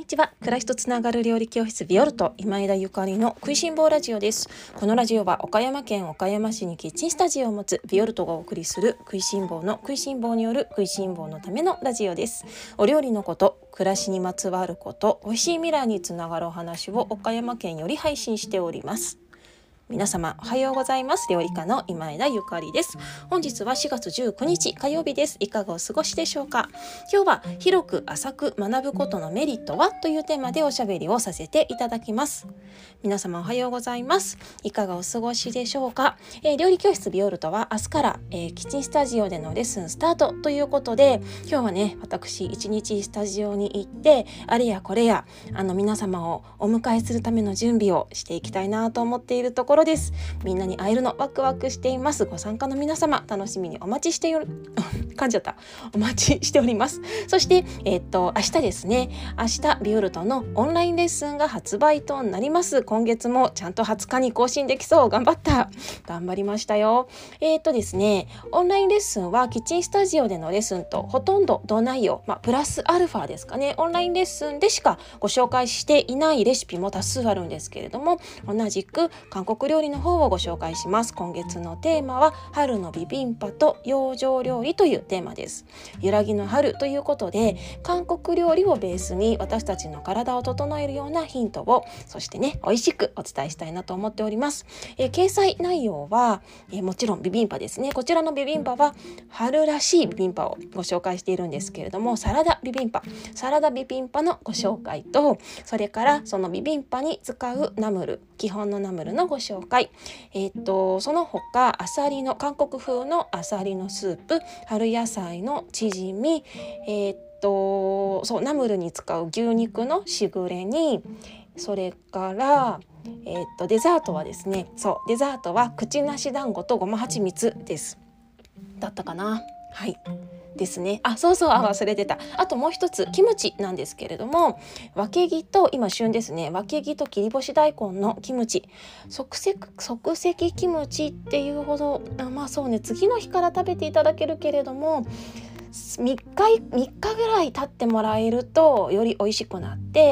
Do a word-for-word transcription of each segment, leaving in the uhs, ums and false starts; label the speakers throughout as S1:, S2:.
S1: ちは。暮らしとつながる料理教室ビオルト今枝ゆかりの食いしん坊ラジオです。このラジオは岡山県岡山市にキッチンスタジオを持つビオルトがお送りする食いしん坊の食いしん坊による食いしん坊のためのラジオです。お料理のこと、暮らしにまつわること、美味しい未来につながるお話を岡山県より配信しております。皆様おはようございます。料理家の今枝ゆかりです。本日はしがつじゅうくにち火曜日です。いかがお過ごしでしょうか。今日は広く浅く学ぶことのメリットはというテーマでおしゃべりをさせていただきます。皆様おはようございます。いかがお過ごしでしょうか。えー、料理教室ビオルトは明日から、えー、キッチンスタジオでのレッスンスタートということで、今日はね私一日スタジオに行ってあれやこれやあの皆様をお迎えするための準備をしていきたいなと思っているところです。みんなに会えるのワクワクしています。ご参加の皆様楽しみにお待ちしておる噛んじゃったお待ちしております。そしてえー、っと明日ですね、明日ビオルトのオンラインレッスンが発売となります。今月もちゃんとはつかに更新できそう。頑張った頑張りましたよ。えー、っとですねオンラインレッスンはキッチンスタジオでのレッスンとほとんど同内容、まあ、プラスアルファですかね。オンラインレッスンでしかご紹介していないレシピも多数あるんですけれども、同じく韓国料理の方をご紹介します。今月のテーマは春のビビンパと洋上料理というテーマです。揺らぎの春ということで、韓国料理をベースに私たちの体を整えるようなヒントを、そしてね美味しくお伝えしたいなと思っております。えー、掲載内容は、えー、もちろんビビンパですね。こちらのビビンパは春らしいビビンパをご紹介しているんですけれども、サラダビビンパサラダビビンパのご紹介と、それからそのビビンパに使うナムル、基本のナムルのご紹介、えー、っとその他アサリの韓国風のアサリのスープ、春野菜のチヂミ、えー、っとそうナムルに使う牛肉のしぐれ煮、それからえー、っとデザートはですねそうデザートは口なし団子とごまはちみつです。だったかな。はいですね。あ、そうそう、あ、忘れてた。あともう一つキムチなんですけれども、わけぎと今旬ですね。わけぎと切り干し大根のキムチ、即席即席キムチっていうほど、あ、まあそうね、次の日から食べていただけるけれども、みっかみっかぐらい経ってもらえるとより美味しくなって、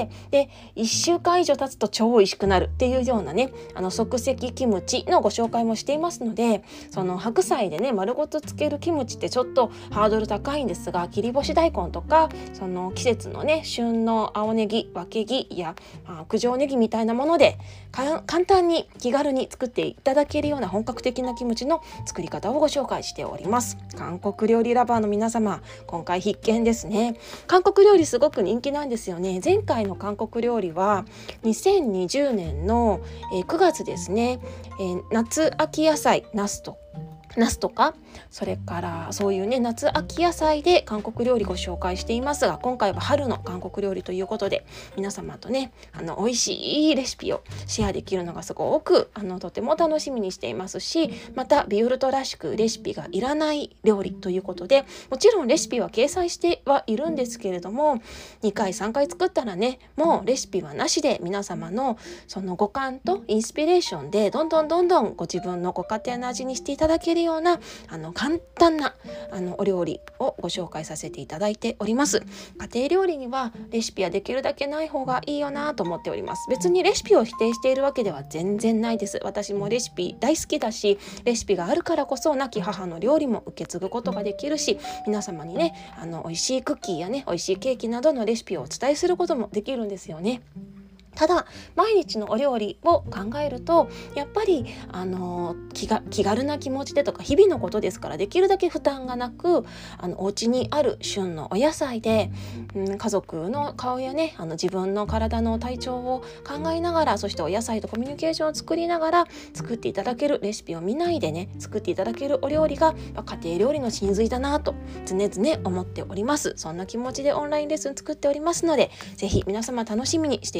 S1: でいっしゅうかん以上経つと超美味しくなるっていうようなね、あの即席キムチのご紹介もしていますので、その白菜でね丸ごとつけるキムチってちょっとハードル高いんですが、切り干し大根とかその季節のね旬の青ネギ、わけぎや、まあ、九条ネギみたいなもので簡単に気軽に作っていただけるような本格的なキムチの作り方をご紹介しております。韓国料理ラバーの皆様、今回必見ですね。韓国料理すごく人気なんですよね。前回の韓国料理はにせんにじゅうねんのくがつですね、えー、夏秋野菜ナスとナスとか、それからそういうね夏秋野菜で韓国料理ご紹介していますが、今回は春の韓国料理ということで、皆様とねあの美味しいレシピをシェアできるのがすごくあのとても楽しみにしていますし、またビオルトらしくレシピがいらない料理ということで、もちろんレシピは掲載してはいるんですけれども、にかいさんかい作ったらねもうレシピはなしで、皆様のその五感とインスピレーションでどんどんどんどんご自分のご家庭の味にしていただけるようなあの簡単なあのお料理をご紹介させていただいております。家庭料理にはレシピはできるだけない方がいいよなと思っております。別にレシピを否定しているわけでは全然ないです。私もレシピ大好きだし、レシピがあるからこそ亡き母の料理も受け継ぐことができるし、皆様にねあの美味しいクッキーやね美味しいケーキなどのレシピをお伝えすることもできるんですよね。ただ毎日のお料理を考えるとやっぱりあの 気が気軽な気持ちでとか、日々のことですから、できるだけ負担がなく、あのお家にある旬のお野菜で、うん、家族の顔やねあの自分の体の体調を考えながら、そしてお野菜とコミュニケーションを作りながら作っていただける、レシピを見ないでね作っていただけるお料理が家庭料理の真髄だなと常々思っております。そんな気持ちでオンラインレッスン作っておりますので、ぜひ皆様楽しみにしていてください。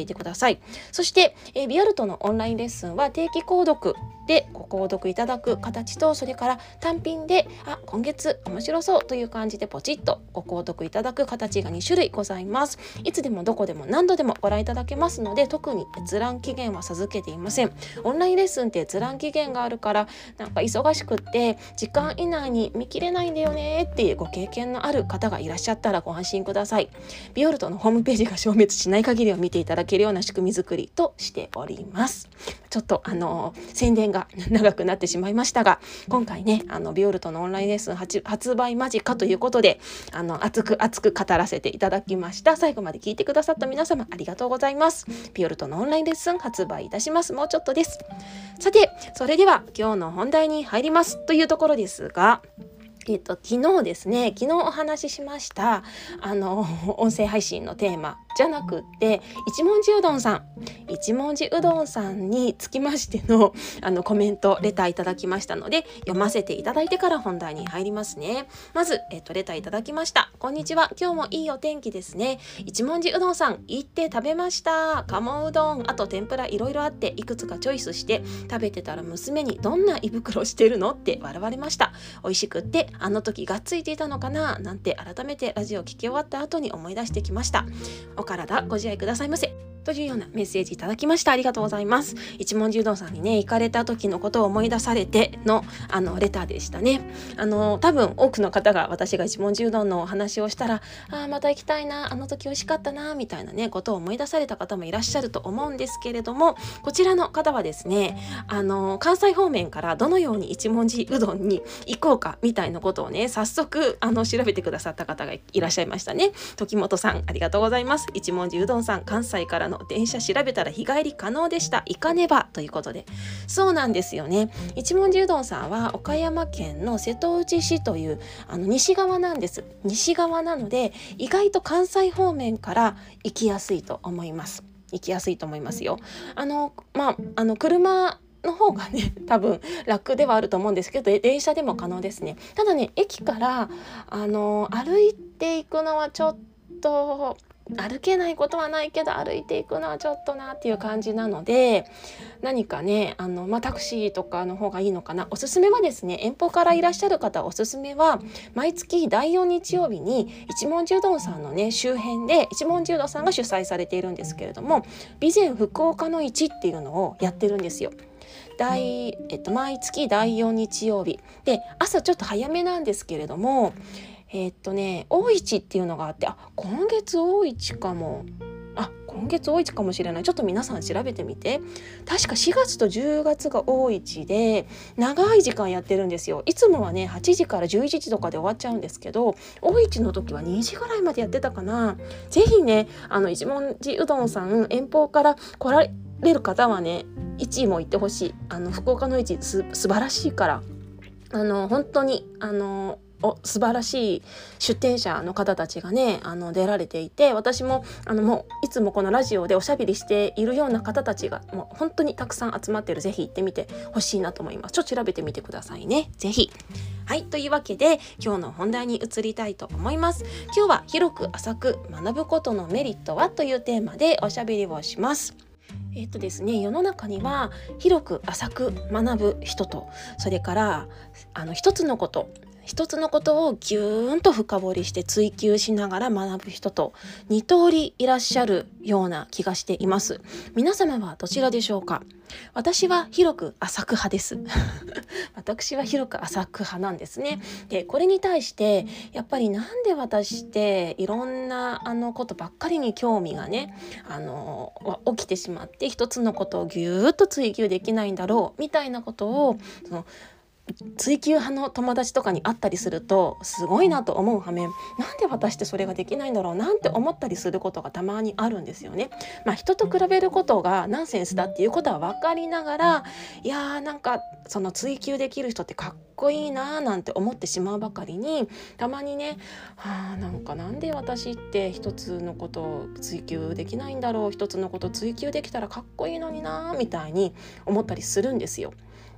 S1: さい。そして、えー、ビオルトのオンラインレッスンは定期購読でご購読いただく形と、それから単品であ今月面白そうという感じでポチッとご購読いただく形がに種類ございます。いつでもどこでも何度でもご覧いただけますので、特に閲覧期限は授けていません。オンラインレッスンって閲覧期限があるからなんか忙しくって時間以内に見切れないんだよねっていうご経験のある方がいらっしゃったらご安心ください。ビオルトのホームページが消滅しない限りは見ていただけるような仕組み作りとしております。ちょっとあの宣伝が長くなってしまいましたが、今回ねあのビオルトのオンラインレッスン発売間近ということで、あの熱く熱く語らせていただきました。最後まで聞いてくださった皆様ありがとうございます。ビオルトのオンラインレッスン発売いたします。もうちょっとです。さて、それでは今日の本題に入りますというところですが、えっと、昨日ですね昨日お話ししましたあの音声配信のテーマじゃなくって一文字うどんさん一文字うどんさんにつきましてのあのコメントレターいただきましたので、読ませていただいてから本題に入りますね。まず、えっと、レターいただきました。こんにちは、今日もいいお天気ですね。一文字うどんさん行って食べました。鴨うどん、あと天ぷらいろいろあっていくつかチョイスして食べてたら、娘にどんな胃袋してるのって笑われました。美味しくってあの時がっついていたのかななんて改めてラジオ聞き終わった後に思い出してきました。お体ご自愛くださいませというようなメッセージいただきました。ありがとうございます。一文字うどんさんにね行かれた時のことを思い出されてのあのレターでしたね。あの多分多くの方が私が一文字うどんのお話をしたら、あまた行きたいな、あの時美味しかったなみたいなねことを思い出された方もいらっしゃると思うんですけれども、こちらの方はですねあの関西方面からどのように一文字うどんに行こうかみたいなことをね早速あの調べてくださった方がいらっしゃいましたね。時本さんありがとうございます。一文字うどんさん、関西からの電車調べたら日帰り可能でした。行かねばということで、そうなんですよね。一文字うどんさんは岡山県の瀬戸内市というあの西側なんです。西側なので意外と関西方面から行きやすいと思います行きやすいと思いますよ。あのまああの車の方がね多分楽ではあると思うんですけど、電車でも可能ですね。ただね駅からあの歩いていくのはちょっと歩けないことはないけど歩いていくのはちょっとなっていう感じなので、何かねあの、まあ、タクシーとかの方がいいのかな。おすすめはですね、遠方からいらっしゃる方おすすめは毎月だいよん日曜日に一文字うどんさんのね周辺で一文字うどんさんが主催されているんですけれども、備前福岡の市っていうのをやってるんですよ。大えっと、毎月だいよん日曜日で朝ちょっと早めなんですけれども、えー、っとね大市っていうのがあって、あ今月大市かもあ今月大市かもしれない。ちょっと皆さん調べてみて。確かしがつとじゅうがつが大市で長い時間やってるんですよ。いつもはねはちじからじゅういちじとかで終わっちゃうんですけど、大市の時はにじぐらいまでやってたかな。ぜひねあの一文字うどんさん遠方から来られる方はね市も行ってほしい。あの福岡の市す素晴らしいから、あの本当にあのお素晴らしい出展者の方たちがねあの出られていて、私もあのもういつもこのラジオでおしゃべりしているような方たちがもう本当にたくさん集まってる。ぜひ行ってみてほしいなと思います。ちょっと調べてみてくださいね、ぜひ。はい、というわけで今日の本題に移りたいと思います。今日は広く浅く学ぶことのメリットはというテーマでおしゃべりをします。えっとですね、世の中には広く浅く学ぶ人と、それからあの一つのこと一つのことをぎゅーんと深掘りして追求しながら学ぶ人と二通りいらっしゃるような気がしています。皆様はどちらでしょうか？私は広く浅く派です私は広く浅く派なんですね。でこれに対してやっぱりなんで私っていろんなあのことばっかりに興味がねあの起きてしまって、一つのことをぎゅーっと追求できないんだろうみたいなことをその追求派の友達とかに会ったりするとすごいなと思う反面、なんで私ってそれができないんだろうなんて思ったりすることがたまにあるんですよね。まあ人と比べることがナンセンスだっていうことは分かりながら、いやーなんかその追求できる人ってかっこいいなーなんて思ってしまうばかりに、たまにね、はあなんかなんで私って一つのことを追求できないんだろう、一つのこと追求できたらかっこいいのになーみたいに思ったりするんですよ。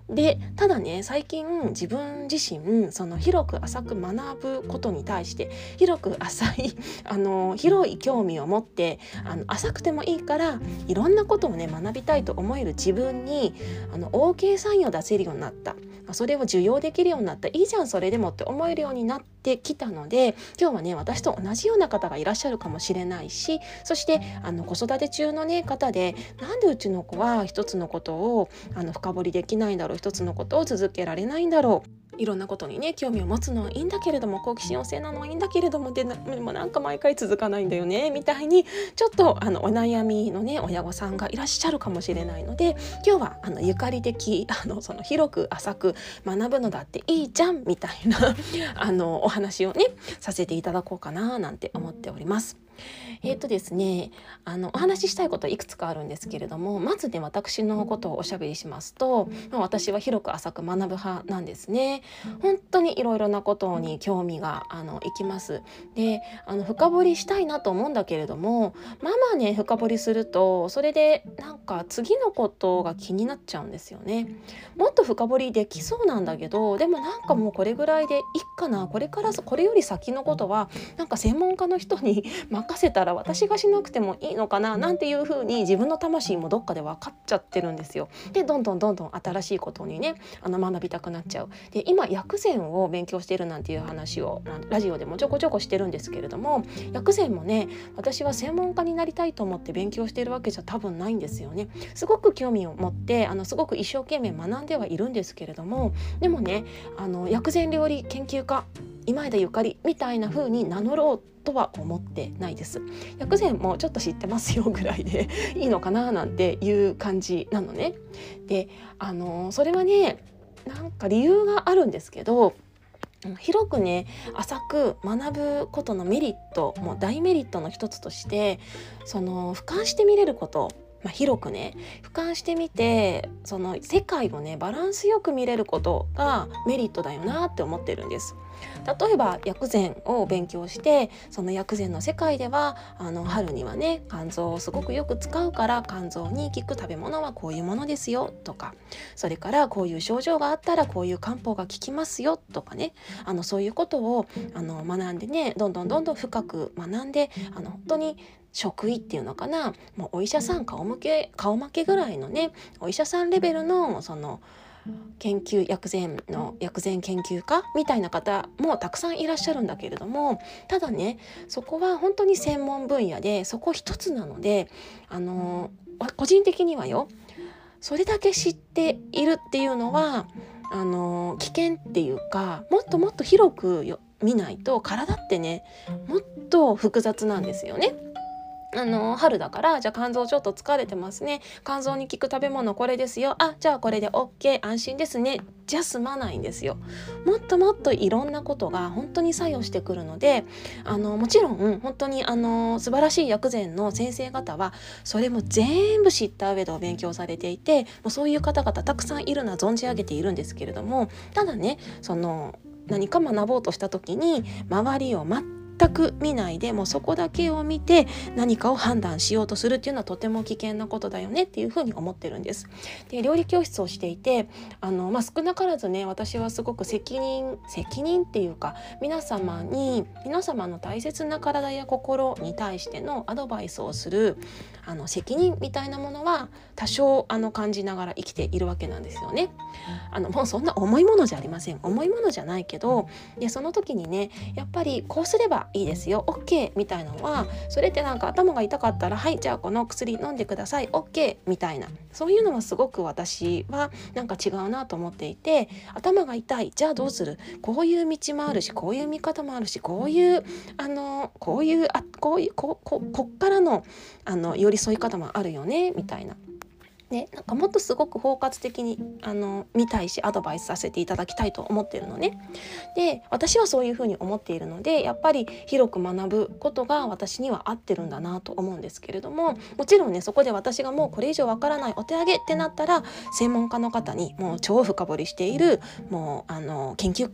S1: でただね、最近自分自身その広く浅く学ぶことに対して広く浅いあの広い興味を持って、あの浅くてもいいからいろんなことをね学びたいと思える自分にあの OK サインを出せるようになった。それを受容できるようになった。いいじゃんそれでもって思えるようになってきたので、今日はね私と同じような方がいらっしゃるかもしれないし、そしてあの子育て中の、ね、方で、なんでうちの子は一つのことをあの深掘りできないんだろう、一つのことを続けられないんだろう、いろんなことにね興味を持つのはいいんだけれども、好奇心旺盛なのはいいんだけれども、でなでもなんか毎回続かないんだよねみたいにちょっとあのお悩みのね親御さんがいらっしゃるかもしれないので、今日はあのゆかり的あのその広く浅く学ぶのだっていいじゃんみたいなあのお話をねさせていただこうかななんて思っております。えーとですね、あのお話ししたいこといくつかあるんですけれども、まずね私のことをおしゃべりしますと、まあ、私は広く浅く学ぶ派なんですね。本当にいろいろなことに興味があのいきます。であの深掘りしたいなと思うんだけれども、まあまあね深掘りするとそれでなんか次のことが気になっちゃうんですよね。もっと深掘りできそうなんだけど、でもなんかもうこれぐらいでいいかな、これからこれより先のことはなんか専門家の人に任せたら私がしなくてもいいのかななんていう風に自分の魂もどっかで分かっちゃってるんですよ。でどんどんどんどん新しいことにねあの学びたくなっちゃう。で今薬膳を勉強してるなんていう話をラジオでもちょこちょこしてるんですけれども、薬膳もね私は専門家になりたいと思って勉強してるわけじゃ多分ないんですよね。すごく興味を持ってあのすごく一生懸命学んではいるんですけれども、でもねあの薬膳料理研究家今枝ゆかりみたいな風に名乗ろうとは思ってないです。薬膳もちょっと知ってますよぐらいでいいのかななんていう感じなのね。であのそれはねなんか理由があるんですけど、広くね浅く学ぶことのメリット、もう大メリットの一つとして、その俯瞰して見れること、まあ、広くね俯瞰してみてその世界をねバランスよく見れることがメリットだよなって思ってるんです。例えば薬膳を勉強して、その薬膳の世界ではあの春にはね肝臓をすごくよく使うから肝臓に効く食べ物はこういうものですよとか、それからこういう症状があったらこういう漢方が効きますよとかね、あのそういうことをあの学んでねどんどんどんどん深く学んで、あの本当に職位っていうのかな、もうお医者さん顔向け顔負けぐらいのねお医者さんレベルのその研究薬膳の薬膳研究家みたいな方もたくさんいらっしゃるんだけれども、ただねそこは本当に専門分野でそこ一つなので、あの個人的にはよそれだけ知っているっていうのはあの危険っていうか、もっともっと広くよ見ないと体ってねもっと複雑なんですよね。あの春だからじゃあ肝臓ちょっと疲れてますね、肝臓に効く食べ物これですよ、あじゃあこれで OK 安心ですねじゃ済まないんですよ。もっともっといろんなことが本当に作用してくるので、あのもちろん本当にあの素晴らしい薬膳の先生方はそれも全部知った上でお勉強されていて、もうそういう方々たくさんいるのは存じ上げているんですけれども、ただねその何か学ぼうとした時に周りを全く見ないでもうそこだけを見て何かを判断しようとするっていうのはとても危険なことだよねっていうふうに思ってるんです。で料理教室をしていてあの、まあ、少なからずね私はすごく責任責任っていうか皆様に皆様の大切な体や心に対してのアドバイスをするあの責任みたいなものは多少あの感じながら生きているわけなんですよね。あのもうそんな重いものじゃありません。重いものじゃないけど、でその時にねやっぱりこうすればいいですよ OK みたいなのは、それってなんか頭が痛かったらはいじゃあこの薬飲んでください OK みたいな、そういうのはすごく私はなんか違うなと思っていて、頭が痛いじゃあどうする、こういう道もあるしこういう見方もあるしこういうあのこういうあこういうこここっからのあの寄り添い方もあるよねみたいな。ね、なんかもっとすごく包括的にあの見たいしアドバイスさせていただきたいと思っているのね。で私はそういうふうに思っているのでやっぱり広く学ぶことが私には合ってるんだなと思うんですけれども、もちろんねそこで私がもうこれ以上わからないお手上げってなったら専門家の方にもう超深掘りしているもうあの研究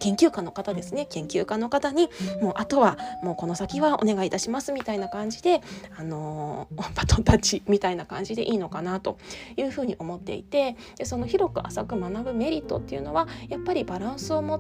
S1: 研究家の方ですね研究家の方にもうあとはもうこの先はお願いいたしますみたいな感じで、あのー、バトンタッチみたいな感じでいいのかなというふうに思っていて、でその広く浅く学ぶメリットっていうのはやっぱりバランスを持って、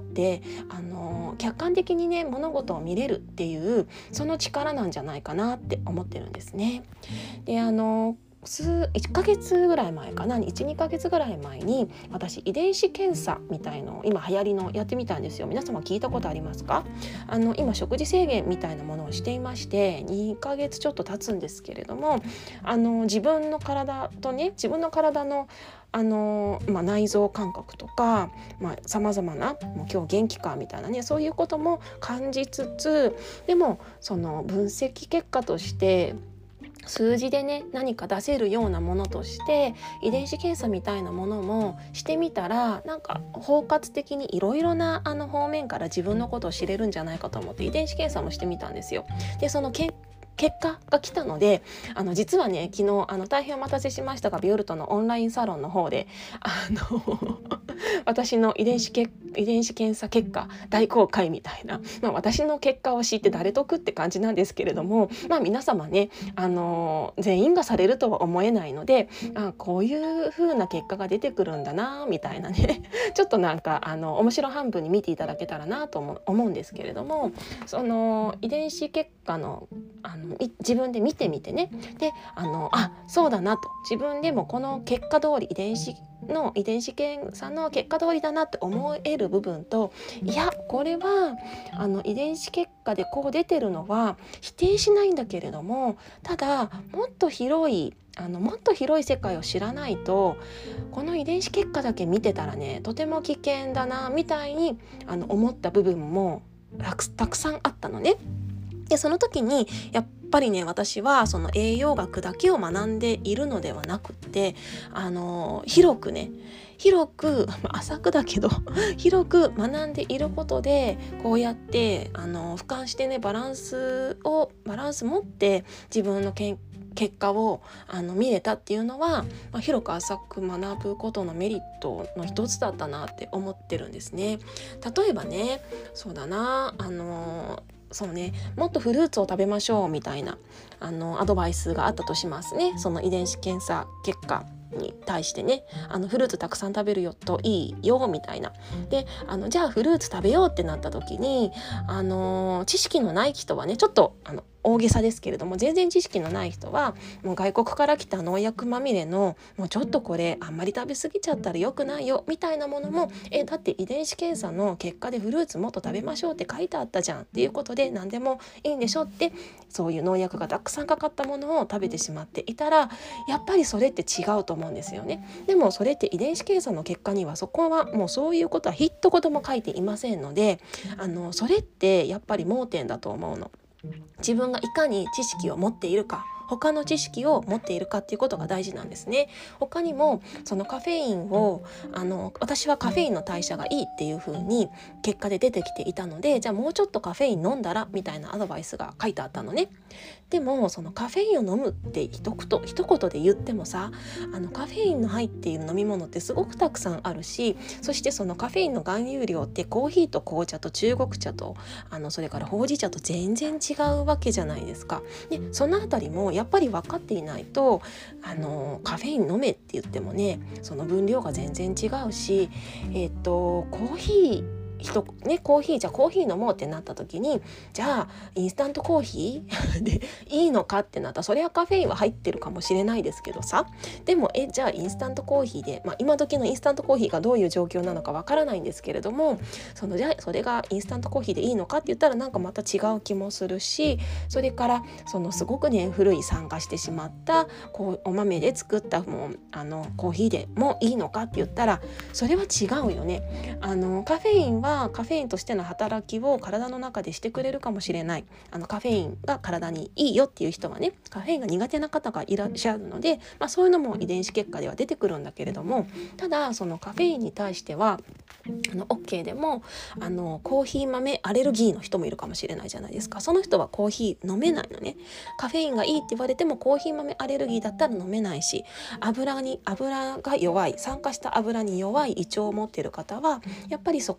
S1: あのー、客観的にね物事を見れるっていうその力なんじゃないかなって思ってるんですね。であのー数いっかげつぐらい前かな いち,に ヶ月ぐらい前に私遺伝子検査みたいのを今流行りのやってみたんですよ。皆様聞いたことありますか？あの今食事制限みたいなものをしていましてにかげつちょっと経つんですけれども、あの自分の体とね自分の体のあの、まあ、内臓感覚とかさまざ、まなもう今日元気かみたいなねそういうことも感じつつ、でもその分析結果として数字でね何か出せるようなものとして遺伝子検査みたいなものもしてみたら、なんか包括的にいろいろなあの方面から自分のことを知れるんじゃないかと思って遺伝子検査もしてみたんですよ。でそのけ結果が来たので、あの実はね昨日あの大変お待たせしましたがビオルトのオンラインサロンの方であの私の遺伝子け遺伝子検査結果大公開みたいな、まあ、私の結果を知って誰得って感じなんですけれども、まあ、皆様ねあの全員がされるとは思えないので、あこういう風な結果が出てくるんだなみたいなねちょっとなんかあの面白半分に見ていただけたらなと思思うんですけれども、その遺伝子結果のあの自分で見てみてね、であのあそうだなと自分でもこの結果通り遺伝子の遺伝子検査の結果通りだなって思える部分と、いやこれはあの遺伝子結果でこう出てるのは否定しないんだけれども、ただもっと広いあのもっと広い世界を知らないとこの遺伝子結果だけ見てたらねとても危険だなみたいにあの思った部分もたくさんあったのね。でその時にやっぱりね私はその栄養学だけを学んでいるのではなくって、あの広くね広く浅くだけど広く学んでいることでこうやってあの俯瞰してねバランスをバランス持って自分の健結果をあの見れたっていうのは、まあ、広く浅く学ぶことのメリットの一つだったなって思ってるんですね。例えばねそうだなあのそうねもっとフルーツを食べましょうみたいなあのアドバイスがあったとしますね。その遺伝子検査結果に対してねあのフルーツたくさん食べるよといいよみたいな。であのじゃあフルーツ食べようってなった時にあの知識のない人はねちょっとあの大げさですけれども全然知識のない人はもう外国から来た農薬まみれのもうちょっとこれあんまり食べ過ぎちゃったら良くないよみたいなものもえだって遺伝子検査の結果でフルーツもっと食べましょうって書いてあったじゃんっていうことで何でもいいんでしょって、そういう農薬がたくさんかかったものを食べてしまっていたらやっぱりそれって違うと思うんですよね。でもそれって遺伝子検査の結果にはそこはもうそういうことは一言も書いていませんので、あのそれってやっぱり盲点だと思うの。自分がいかに知識を持っているか他の知識を持っているかっていうことが大事なんですね。他にもそのカフェインをあの私はカフェインの代謝がいいっていう風に結果で出てきていたので、じゃあもうちょっとカフェイン飲んだらみたいなアドバイスが書いてあったのね。でもそのカフェインを飲むって一言一言で言ってもさあのカフェインの入っている飲み物ってすごくたくさんあるし、そしてそのカフェインの含有量ってコーヒーと紅茶と中国茶とあのそれからほうじ茶と全然違うわけじゃないですか。でそのあたりもやっぱり分かっていないとあのカフェイン飲めって言ってもねその分量が全然違うし、えっとコーヒー人ね、コーヒーじゃあコーヒー飲もうってなった時にじゃあインスタントコーヒーでいいのかってなったらそれはカフェインは入ってるかもしれないですけどさ、でもえじゃあインスタントコーヒーで、まあ、今時のインスタントコーヒーがどういう状況なのかわからないんですけれども、そのじゃあそれがインスタントコーヒーでいいのかって言ったらなんかまた違う気もするし、それからそのすごくね古い酸化してしまったこうお豆で作ったもうあのコーヒーでもいいのかって言ったらそれは違うよね。あのカフェインはカフェインとしての働きを体の中でしてくれるかもしれない。あのカフェインが体にいいよっていう人はねカフェインが苦手な方がいらっしゃるので、まあ、そういうのも遺伝子結果では出てくるんだけれども、ただそのカフェインに対してはあの OK でもあのコーヒー豆アレルギーの人もいるかもしれないじゃないですか。その人はコーヒー飲めないのね。カフェインがいいって言われてもコーヒー豆アレルギーだったら飲めないし、油に油が弱い酸化した油に弱い胃腸を持っている方はやっぱりそこで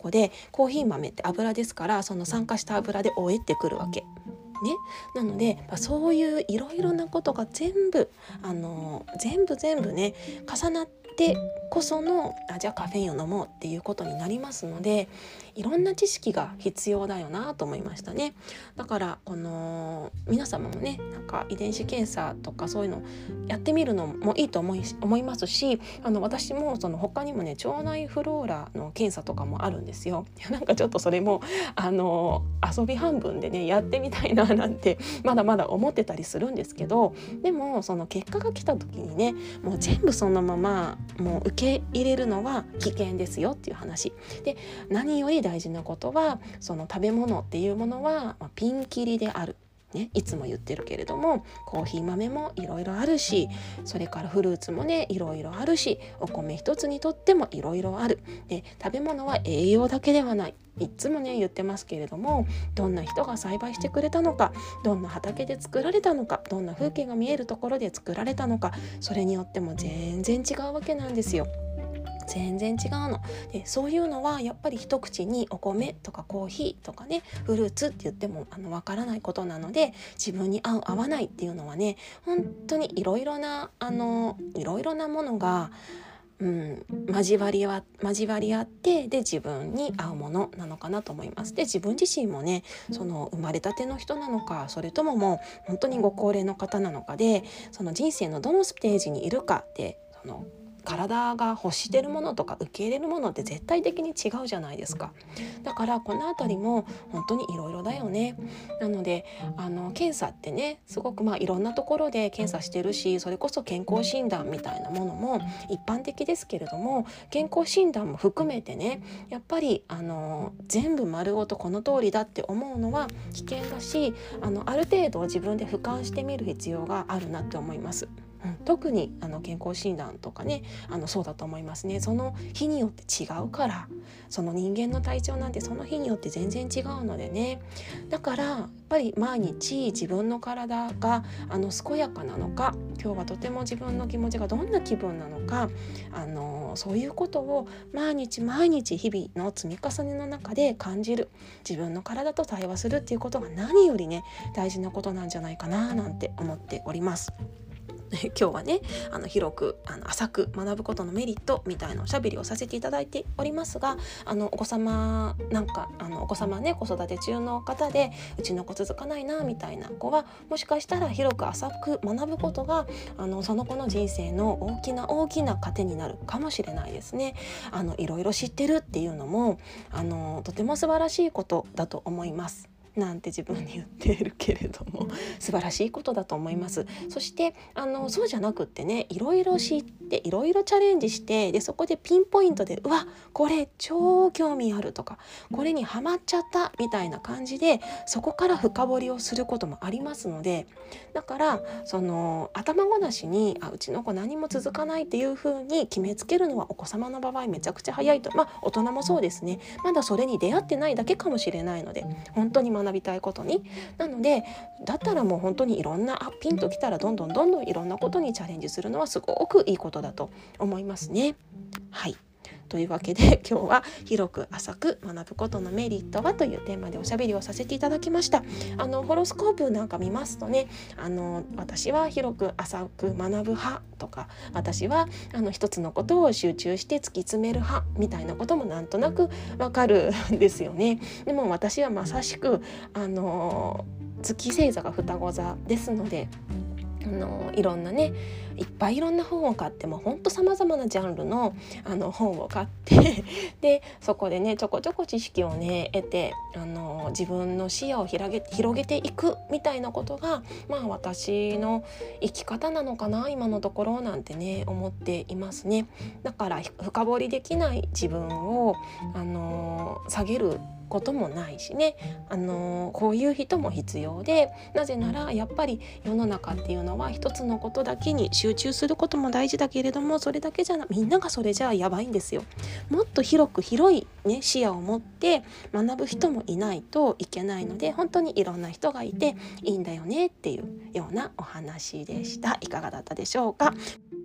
S1: コーヒー豆って油ですから、その酸化した油でおえってくるわけね。なのでそういういろいろなことが全部あの全部全部ね重なってこそのあじゃあカフェインを飲もうっていうことになりますので、いろんな知識が必要だよなと思いましたね。だからこの皆様もね、なんか遺伝子検査とかそういうのやってみるのもいいと思い、思いますし、あの私もその他にもね腸内フローラの検査とかもあるんですよ。なんかちょっとそれもあの遊び半分でねやってみたいななんてまだまだ思ってたりするんですけど、でもその結果が来た時にね、もう全部そのままもう受け入れるのは危険ですよっていう話で、何より大事なことはその食べ物っていうものはピンキリであるね、いつも言ってるけれども、コーヒー豆もいろいろあるし、それからフルーツもねいろいろあるし、お米一つにとってもいろいろある。で、食べ物は栄養だけではない、いつもね言ってますけれども、どんな人が栽培してくれたのか、どんな畑で作られたのか、どんな風景が見えるところで作られたのか、それによっても全然違うわけなんですよ。全然違うので、そういうのはやっぱり一口にお米とかコーヒーとかねフルーツって言ってもあのわからないことなので、自分に合う合わないっていうのはね、本当にいろいろなあのいろいろなものがうん、交わりは交わり合って、で自分に合うものなのかなと思います。で自分自身もね、その生まれたての人なのか、それとももう本当にご高齢の方なのかで、その人生のどのステージにいるかって、その体が欲してるものとか受け入れるものって絶対的に違うじゃないですか。だからこのあたりも本当にいろいろだよね。なのであの検査ってね、すごくまあいろんなところで検査してるし、それこそ健康診断みたいなものも一般的ですけれども、健康診断も含めてね、やっぱりあの全部丸ごとこの通りだって思うのは危険だし、あのある程度自分で俯瞰してみる必要があるなって思います。うん、特にあの健康診断とかね、あのそうだと思いますね。その日によって違うから、その人間の体調なんてその日によって全然違うのでね。だからやっぱり毎日自分の体があの健やかなのか、今日はとても自分の気持ちがどんな気分なのか、あのそういうことを毎日毎日日々の積み重ねの中で感じる、自分の体と対話するっていうことが何よりね大事なことなんじゃないかななんて思っております。今日はね、あの広くあの浅く学ぶことのメリットみたいなおしゃべりをさせていただいておりますが、あのお子様なんかあのお子様ね子育て中の方で、うちの子続かないなみたいな子は、もしかしたら広く浅く学ぶことがあのその子の人生の大きな大きな糧になるかもしれないですね。あのいろいろ知ってるっていうのもあのとても素晴らしいことだと思いますなんて自分に言っているけれども、素晴らしいことだと思います。そしてあのそうじゃなくってね、いろいろ知っていろいろチャレンジして、でそこでピンポイントでうわこれ超興味あるとか、これにハマっちゃったみたいな感じで、そこから深掘りをすることもありますので、だからその頭ごなしにあうちの子何も続かないっていう風に決めつけるのはお子様の場合めちゃくちゃ早いと。まあ大人もそうですね。まだそれに出会ってないだけかもしれないので、本当に学びたいことになので、だったらもう本当にいろんなあピンときたらどんどんどんどんいろんなことにチャレンジするのはすごくいいことだと思いますね。はい、というわけで今日は広く浅く学ぶことのメリットはというテーマでおしゃべりをさせていただきました。あのホロスコープなんか見ますとね、あの私は広く浅く学ぶ派とか、私はあの一つのことを集中して突き詰める派みたいなこともなんとなくわかるんですよね。でも私はまさしくあの月星座が双子座ですので、あのいろんなねいっぱいいろんな本を買っても本当さまざまなジャンルのあの本を買ってでそこでねちょこちょこ知識をね得て、あの自分の視野を広げ、広げていくみたいなことが、まあ私の生き方なのかな今のところなんてね思っていますね。だから深掘りできない自分をあの下げることもないしね、あのこういう人も必要で、なぜならやっぱり世の中っていうのは一つのことだけに集中することも大事だけれども、それだけじゃなみんながそれじゃあやばいんですよ。もっと広く広い、ね、視野を持って学ぶ人もいないといけないので、本当にいろんな人がいていいんだよねっていうようなお話でした。いかがだったでしょうか。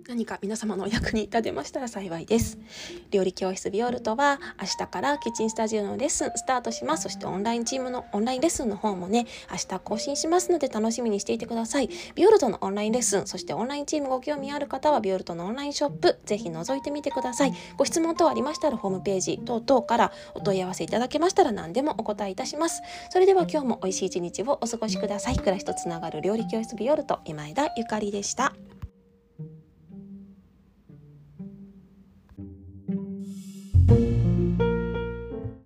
S1: 何か皆様のお役に立てましたら幸いです。料理教室ビオルトは明日からキッチンスタジオのレッスンスタートします。そしてオンラインチームのオンラインレッスンの方もね、明日更新しますので楽しみにしていてください。ビオルトのオンラインレッスン、そしてオンラインチームご興味ある方はビオルトのオンラインショップぜひ覗いてみてください。ご質問等ありましたらホームページ等々からお問い合わせいただけましたら何でもお答えいたします。それでは今日も美味しい一日をお過ごしください。暮らしとつながる料理教室ビオルト、今枝ゆかりでした。